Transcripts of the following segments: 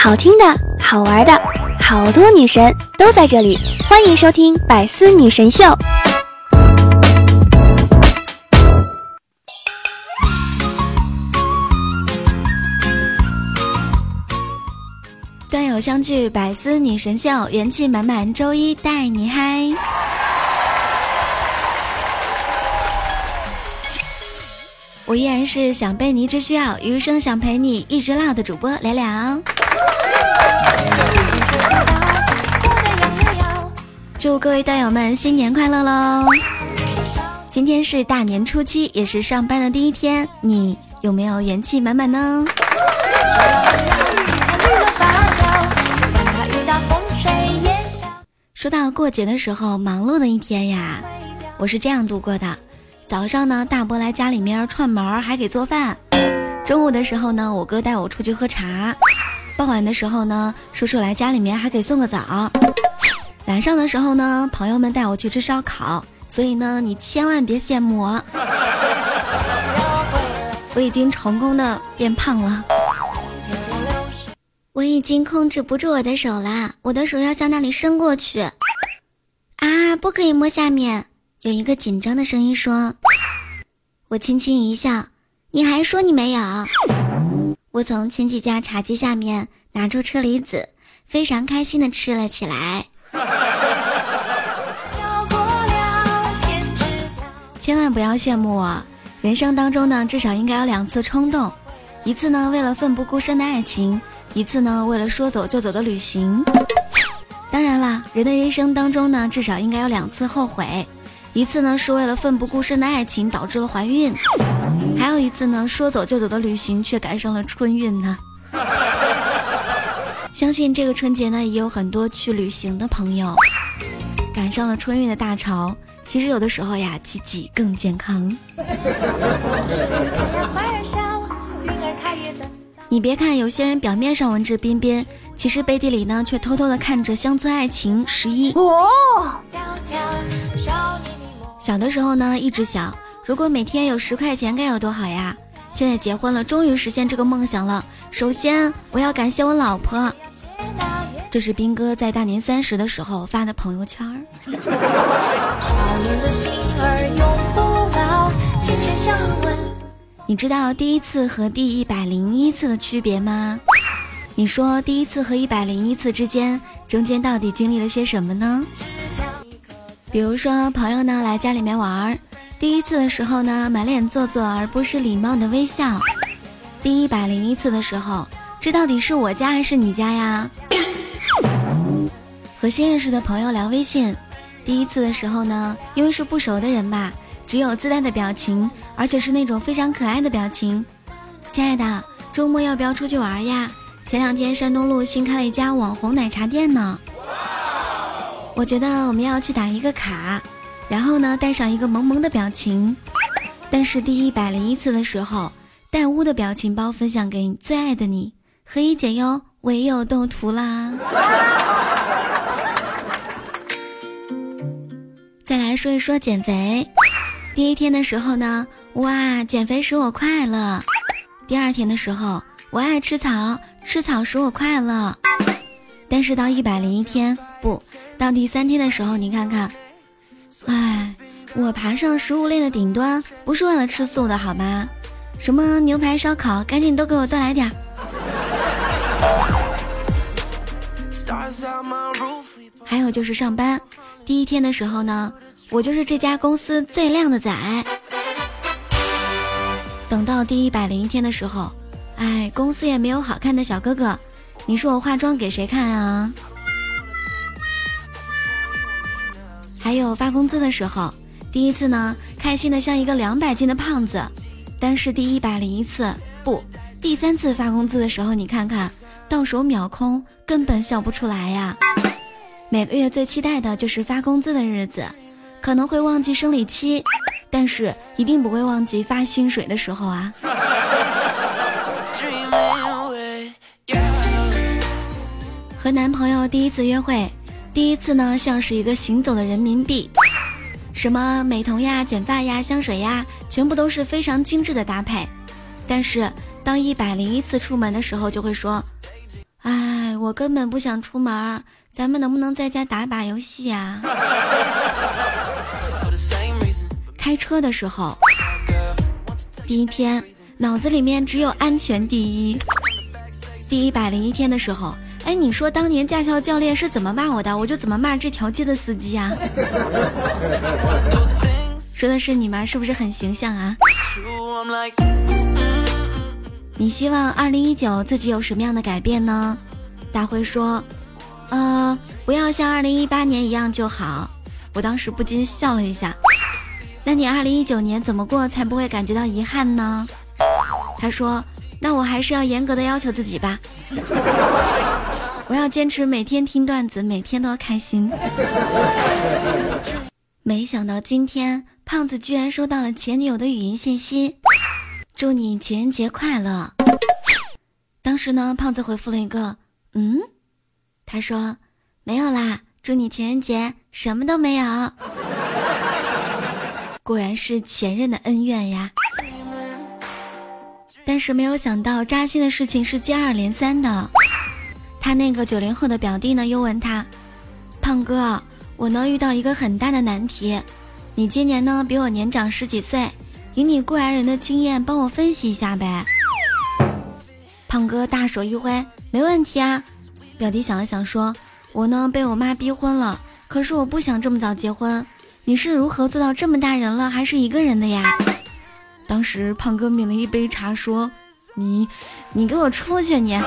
好听的、好玩的，好多女神都在这里，欢迎收听百思女神秀。段友相聚，百思女神秀，元气满满，周一带你嗨。我依然是想被你一直需要，余生想陪你一直唠的主播聊聊。祝各位段友们新年快乐喽！今天是大年初七，也是上班的第一天，你有没有元气满满呢？说到过节的时候忙碌的一天呀，我是这样度过的。早上呢，大伯来家里面串门，还给做饭。中午的时候呢，我哥带我出去喝茶。傍晚的时候呢，叔叔来家里面还给送个枣。晚上的时候呢，朋友们带我去吃烧烤。所以呢，你千万别羡慕我。我已经成功的变胖了。我已经控制不住我的手了，我的手要向那里伸过去。啊，不可以摸下面。有一个紧张的声音说。我轻轻一笑，你还说你没有。我从亲戚家茶几下面拿出车厘子，非常开心地吃了起来。千万不要羡慕我，人生当中呢，至少应该有2次冲动，一次呢为了奋不顾身的爱情，一次呢为了说走就走的旅行。当然啦，人的人生当中呢，至少应该有2次后悔，一次呢是为了奋不顾身的爱情导致了怀孕，还有一次呢说走就走的旅行却赶上了春运呢。相信这个春节呢也有很多去旅行的朋友赶上了春运的大潮。其实有的时候呀，自己更健康。你别看有些人表面上文质彬彬，其实背地里呢却偷偷的看着乡村爱情11。小的时候呢一直想，如果每天有10块钱该有多好呀。现在结婚了，终于实现这个梦想了。首先我要感谢我老婆。这是斌哥在大年30的时候发的朋友圈。你知道第一次和第101次的区别吗？你说第一次和101次之间，中间到底经历了些什么呢？比如说朋友呢来家里面玩，第一次的时候呢满脸做作而不失礼貌的微笑。第101次的时候，这到底是我家还是你家呀？和新认识的朋友聊微信，第一次的时候呢，因为是不熟的人吧，只有自带的表情，而且是那种非常可爱的表情。亲爱的，周末要不要出去玩呀？前2天山东路新开了一家网红奶茶店呢。我觉得我们要去打一个卡，然后呢带上一个萌萌的表情。但是第101次的时候，带污的表情包分享给你最爱的你，何以解忧，唯有斗图啦。再来说一说减肥。第1天的时候呢，哇，减肥使我快乐。第2天的时候，我爱吃草，吃草使我快乐。但是到101天，不，到第3天的时候，你看看，哎，我爬上食物链的顶端，不是为了吃素的好吗？什么牛排烧烤，赶紧都给我多来点。还有就是上班，第1天的时候呢，我就是这家公司最靓的仔。等到第101天的时候，哎，公司也没有好看的小哥哥，你说我化妆给谁看啊？还有发工资的时候，第1次呢，开心的像一个200斤的胖子，但是第101次，不，第3次发工资的时候，你看看，到手秒空，根本笑不出来呀。每个月最期待的就是发工资的日子，可能会忘记生理期，但是一定不会忘记发薪水的时候啊。和男朋友第1次约会，第1次呢像是一个行走的人民币，什么美瞳呀、卷发呀、香水呀，全部都是非常精致的搭配。但是当101次出门的时候，就会说， 哎，我根本不想出门，咱们能不能在家打把游戏呀？开车的时候，第一天脑子里面只有安全第一。第101天的时候，哎，你说当年驾校教练是怎么骂我的，我就怎么骂这条街的司机啊。说的是你吗？是不是很形象啊？你希望2019自己有什么样的改变呢？大辉说不要像2018年一样就好。我当时不禁笑了一下。那你2019年怎么过才不会感觉到遗憾呢？他说，那我还是要严格的要求自己吧。我要坚持每天听段子，每天都开心。没想到今天胖子居然收到了前女友的语音信息，祝你情人节快乐。当时呢，胖子回复了一个他说没有啦，祝你情人节，什么都没有。果然是前任的恩怨呀。但是没有想到扎心的事情是接二连三的。他那个90后的表弟呢，又问他，胖哥，我呢遇到一个很大的难题，你今年呢比我年长10几岁，以你过来人的经验帮我分析一下呗。胖哥大手一挥，没问题啊。表弟想了想说，我呢被我妈逼婚了，可是我不想这么早结婚，你是如何做到这么大人了还是一个人的呀？当时胖哥抿了一杯茶说，你给我出去你。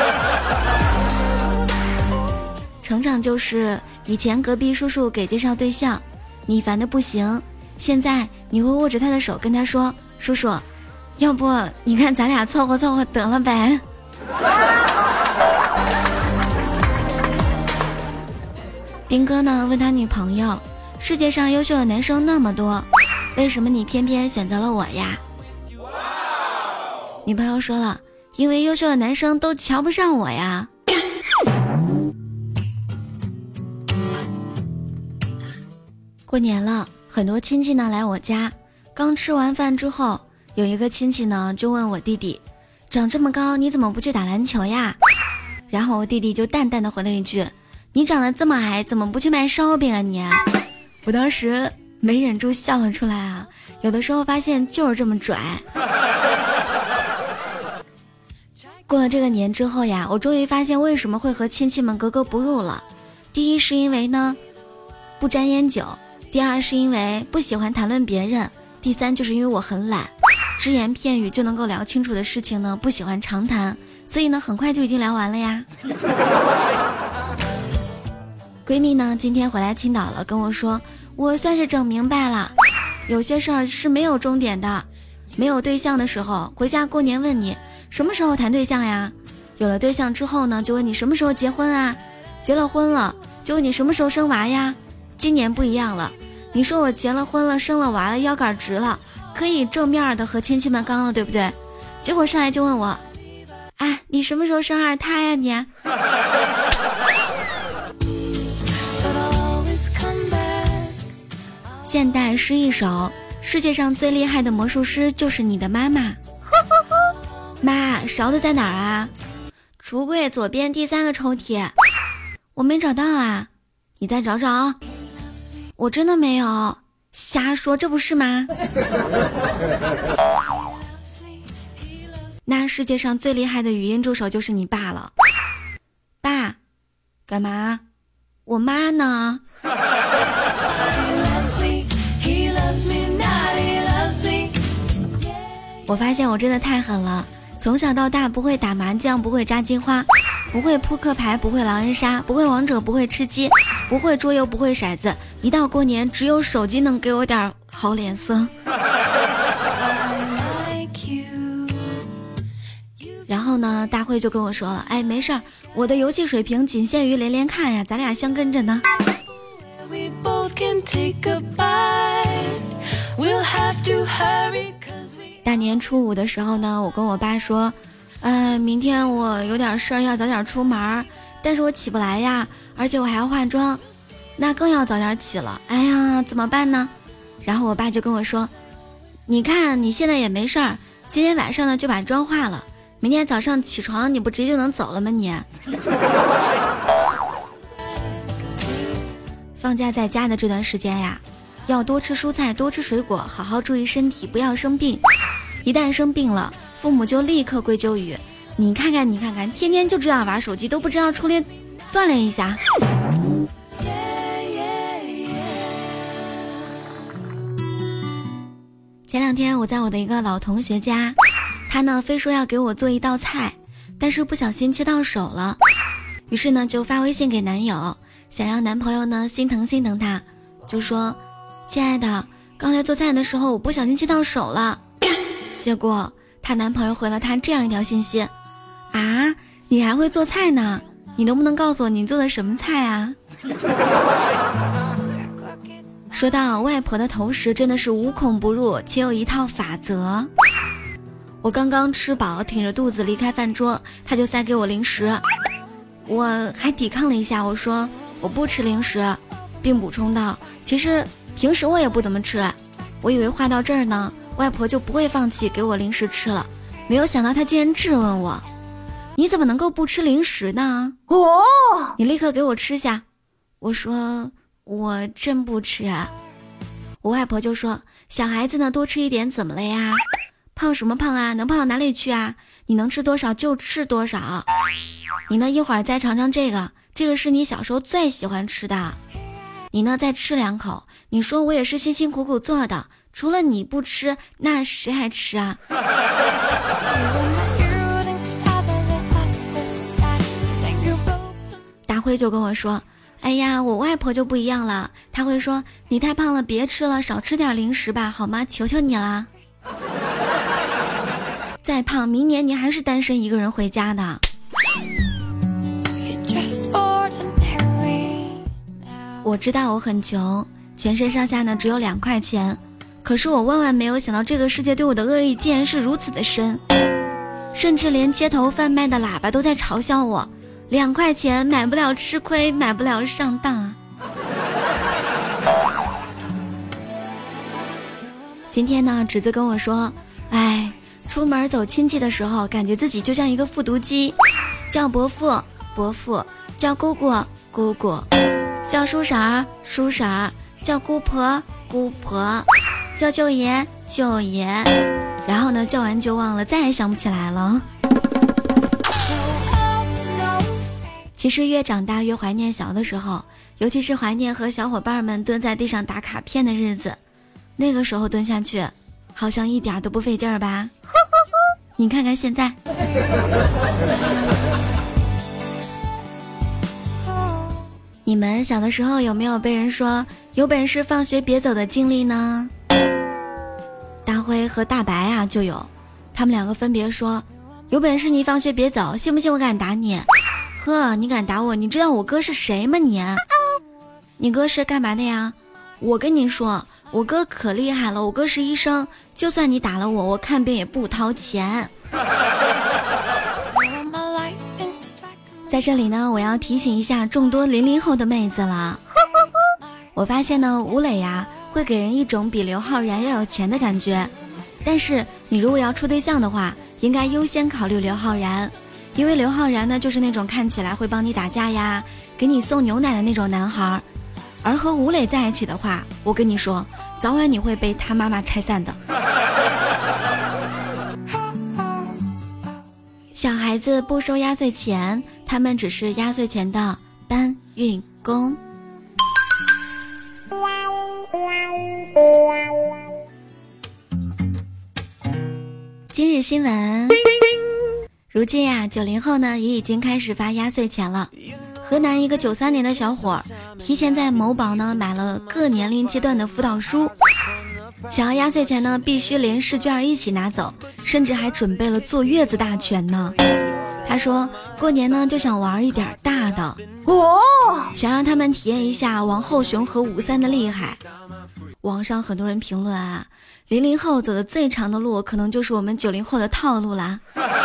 成长就是以前隔壁叔叔给介绍对象，你烦的不行，现在你会握着他的手跟他说，叔叔，要不你看咱俩凑合凑合得了呗。兵哥呢问他女朋友，世界上优秀的男生那么多，为什么你偏偏选择了我呀？女朋友说了，因为优秀的男生都瞧不上我呀。过年了，很多亲戚呢来我家，刚吃完饭之后，有一个亲戚呢就问我弟弟，长这么高你怎么不去打篮球呀？然后我弟弟就淡淡的回了一句，你长得这么矮，怎么不去卖烧饼啊你？我当时没忍住笑了出来啊，有的时候发现就是这么拽。过了这个年之后呀，我终于发现为什么会和亲戚们格格不入了。第一是因为呢不沾烟酒，第二是因为不喜欢谈论别人，第三就是因为我很懒，只言片语就能够聊清楚的事情呢不喜欢长谈，所以呢很快就已经聊完了呀。闺蜜呢今天回来青岛了，跟我说，我算是整明白了，有些事儿是没有终点的。没有对象的时候回家过年问你什么时候谈对象呀，有了对象之后呢就问你什么时候结婚啊，结了婚了就问你什么时候生娃呀。今年不一样了，你说我结了婚了生了娃了腰杆直了，可以正面的和亲戚们刚了，对不对？结果上来就问我，哎，你什么时候生二胎呀你？现代诗一首，世界上最厉害的魔术师就是你的妈妈。妈，勺子在哪儿啊？橱柜左边第3个抽屉。我没找到啊，你再找找。我真的没有，瞎说，这不是吗？那世界上最厉害的语音助手就是你爸了。爸，干嘛？我妈呢？我发现我真的太狠了，从小到大不会打麻将，不会扎金花，不会扑克牌，不会狼人杀，不会王者，不会吃鸡，不会桌游，不会骰子，一到过年只有手机能给我点好脸色。然后呢大会就跟我说了，哎，没事儿，我的游戏水平仅限于连连看呀，咱俩相跟着呢。大年初5的时候呢，我跟我爸说，明天我有点事儿要早点出门，但是我起不来呀，而且我还要化妆，那更要早点起了，哎呀，怎么办呢？然后我爸就跟我说，你看你现在也没事儿，今天晚上呢就把妆化了， 明天早上起床你不直接就能走了吗你？放假在家的这段时间呀，要多吃蔬菜，多吃水果，好好注意身体，不要生病。一旦生病了，父母就立刻归咎于你看看，天天就知道玩手机，都不知道出来锻炼一下。前两天我在我的一个老同学家，他呢非说要给我做一道菜，但是不小心切到手了，于是呢就发微信给男友，想让男朋友呢心疼他，就说亲爱的，刚才做菜的时候我不小心切到手了。结果她男朋友回了她这样一条信息啊，你还会做菜呢？你能不能告诉我你做的什么菜啊？说到外婆的投食真的是无孔不入，且有一套法则。我刚刚吃饱，挺着肚子离开饭桌，他就塞给我零食，我还抵抗了一下，我说我不吃零食，并补充道其实平时我也不怎么吃。我以为话到这儿呢，外婆就不会放弃给我零食吃了，没有想到她竟然质问我，你怎么能够不吃零食呢？你立刻给我吃下。我说我真不吃啊。我外婆就说小孩子呢多吃一点怎么了呀？胖什么胖啊，能胖到哪里去啊？你能吃多少就吃多少。你呢一会儿再尝尝这个是你小时候最喜欢吃的。你呢再吃2口，你说我也是辛辛苦苦做的，除了你不吃，那谁还吃啊？大辉就跟我说，哎呀，我外婆就不一样了，她会说你太胖了，别吃了，少吃点零食吧，好吗？求求你啦。再胖，明年你还是单身一个人回家的。我知道我很穷，全身上下呢只有2块钱，可是我万万没有想到这个世界对我的恶意竟然是如此的深，甚至连街头贩卖的喇叭都在嘲笑我，2块钱买不了吃亏，买不了上当啊。今天呢侄子跟我说，哎，出门走亲戚的时候感觉自己就像一个复读机，叫伯父伯父，叫姑姑姑姑，叫叔婶儿叔婶儿，叫姑婆姑婆，叫舅爷舅爷，然后呢叫完就忘了，再也想不起来了。其实越长大越怀念小的时候，尤其是怀念和小伙伴们蹲在地上打卡片的日子，那个时候蹲下去好像一点都不费劲儿吧。你看看现在。你们小的时候有没有被人说有本事放学别走的经历呢？大辉和大白啊就有，他们2个分别说，有本事你放学别走，信不信我敢打你？呵，你敢打我？你知道我哥是谁吗你？你哥是干嘛的呀？我跟你说，我哥可厉害了，我哥是医生，就算你打了我，我看病也不掏钱。在这里呢，我要提醒一下众多00后的妹子了。我发现呢，吴磊呀会给人一种比刘昊然要有钱的感觉，但是你如果要处对象的话，应该优先考虑刘昊然，因为刘昊然呢就是那种看起来会帮你打架呀，给你送牛奶的那种男孩，而和吴磊在一起的话，我跟你说，早晚你会被他妈妈拆散的。小孩子不收压岁钱，他们只是压岁钱的搬运工。今日新闻，如今呀，90后呢也已经开始发压岁钱了。河南一个93年的小伙提前在某宝呢买了各年龄阶段的辅导书，想要压岁钱呢必须连试卷一起拿走，甚至还准备了坐月子大全呢。他说过年呢就想玩一点大的，想让他们体验一下王后雄和53的厉害。网上很多人评论啊，00后走的最长的路可能就是我们90后的套路啦。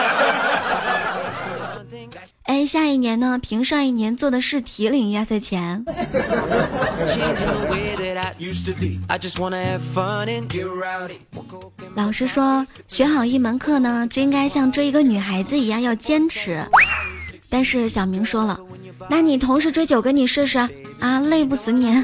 哎，下一年呢凭上一年做的试题领压岁钱。 老师说学好一门课呢，就应该像追一个女孩子一样要坚持。但是小明说了，那你同时追9个你试试啊，累不死你。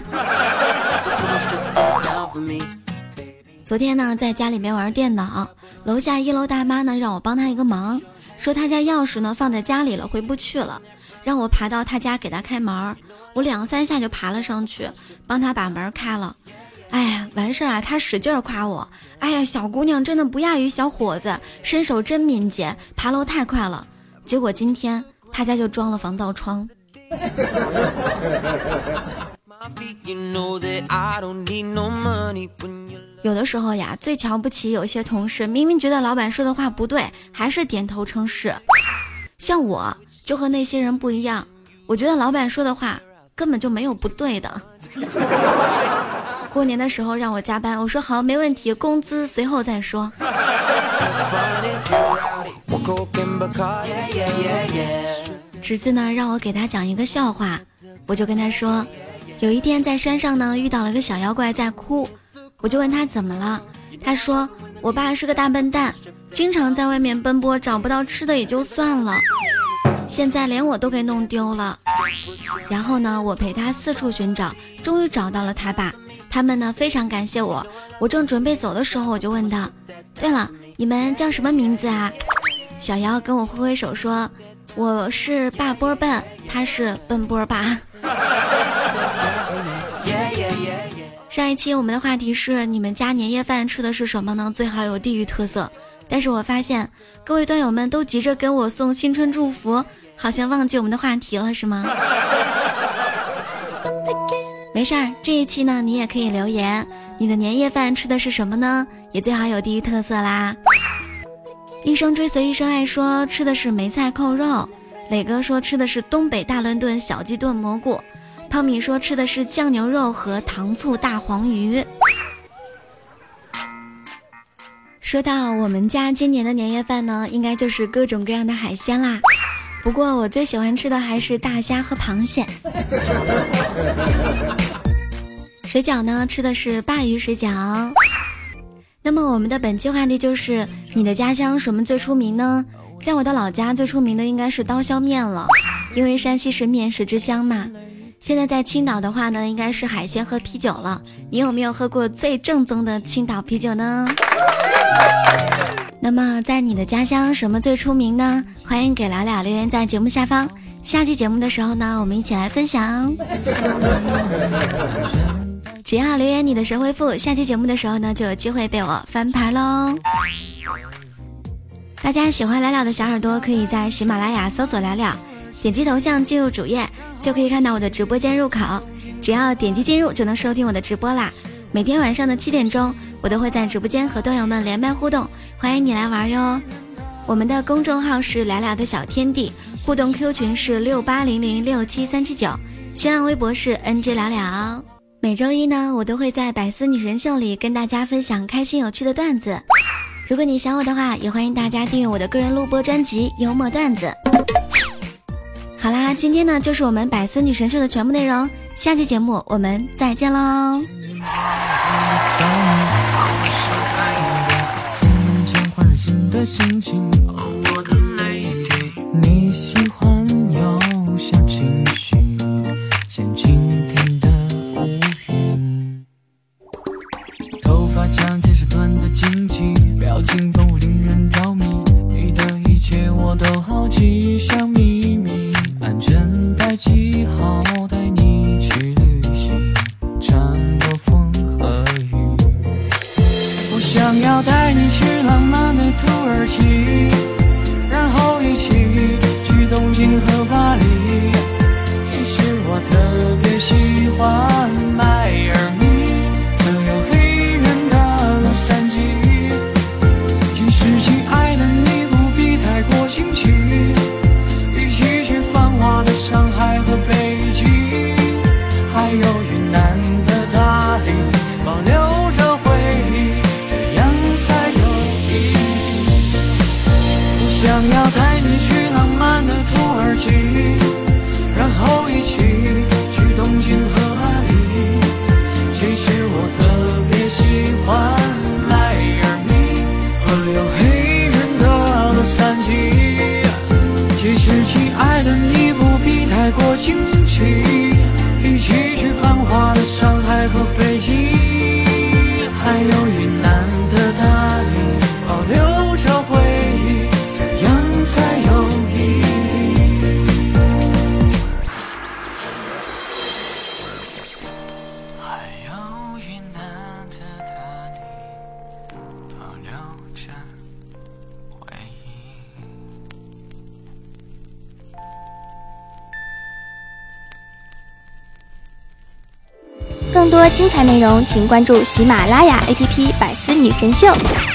昨天呢，在家里面玩电脑，楼下1楼大妈呢让我帮她一个忙，说她家钥匙呢放在家里了，回不去了，让我爬到她家给她开门。我2、3下就爬了上去，帮她把门开了。哎呀，完事儿啊，她使劲夸我，哎呀，小姑娘真的不亚于小伙子，身手真敏捷，爬楼太快了。结果今天她家就装了防盗窗。有的时候呀，最瞧不起有些同事，明明觉得老板说的话不对，还是点头称是。像我就和那些人不一样，我觉得老板说的话根本就没有不对的。过年的时候让我加班，我说好，没问题，工资随后再说。侄子呢让我给他讲一个笑话，我就跟他说，有一天在山上呢遇到了个小妖怪在哭，我就问他怎么了，他说我爸是个大笨蛋，经常在外面奔波，找不到吃的也就算了，现在连我都给弄丢了。然后呢我陪他四处寻找，终于找到了他爸，他们呢非常感谢我。我正准备走的时候，我就问他，对了，你们叫什么名字啊？小妖跟我挥挥手说，我是大波笨，他是笨波爸。上一期我们的话题是你们家年夜饭吃的是什么呢？最好有地域特色。但是我发现各位段友们都急着给我送新春祝福，好像忘记我们的话题了是吗？没事儿，这一期呢你也可以留言，你的年夜饭吃的是什么呢？也最好有地域特色啦。一生追随一生爱说吃的是梅菜扣肉，磊哥说吃的是东北大乱炖小鸡炖蘑菇，胖米说吃的是酱牛肉和糖醋大黄鱼。说到我们家今年的年夜饭呢，应该就是各种各样的海鲜啦，不过我最喜欢吃的还是大虾和螃蟹。水饺呢吃的是鲅鱼水饺。那么我们的本期话题就是你的家乡什么最出名呢？在我的老家最出名的应该是刀削面了，因为山西是面食之乡嘛。现在在青岛的话呢，应该是海鲜和啤酒了。你有没有喝过最正宗的青岛啤酒呢？那么在你的家乡什么最出名呢？欢迎给聊聊留言在节目下方，下期节目的时候呢，我们一起来分享。只要留言你的神回复，下期节目的时候呢，就有机会被我翻牌喽。大家喜欢聊聊的小耳朵可以在喜马拉雅搜索聊聊，点击头像进入主页就可以看到我的直播间入口，只要点击进入就能收听我的直播啦。每天晚上的7点钟我都会在直播间和段友们连麦互动，欢迎你来玩哟。我们的公众号是聊聊的小天地，互动 Q 群是68006739，新浪微博是 NG 聊聊。每周一呢，我都会在百思女神秀里跟大家分享开心有趣的段子。如果你想我的话，也欢迎大家订阅我的个人录播专辑《幽默段子》。好啦，今天呢就是我们百思女神秀的全部内容，下期节目我们再见喽。你喜欢有小情绪，像今天的乌云，头发长见识短的荆棘，表情丰富令人着迷，你的一切我都好奇，像秘密安全带记号带你去旅行，穿过风和雨，我想要带你去浪漫的土耳其，然后一起去东京和巴黎。其实我特别喜欢迈尔密，还有黑人的洛杉矶。其实亲爱的你不必太过惊奇，一起去繁华的上海和北京，还有云南的大理，保留着回忆，这样才有意义。我想要带你去浪漫的土耳其，然后一起去东京和巴黎。其实是亲爱的你不必太过惊奇，一起去繁华的上海和北京，还有云南的大理，保留着回忆，这样才有意义。还有云南的大理，保留着回忆。 更多精彩内容，请关注喜马拉雅 APP《百思女神秀》。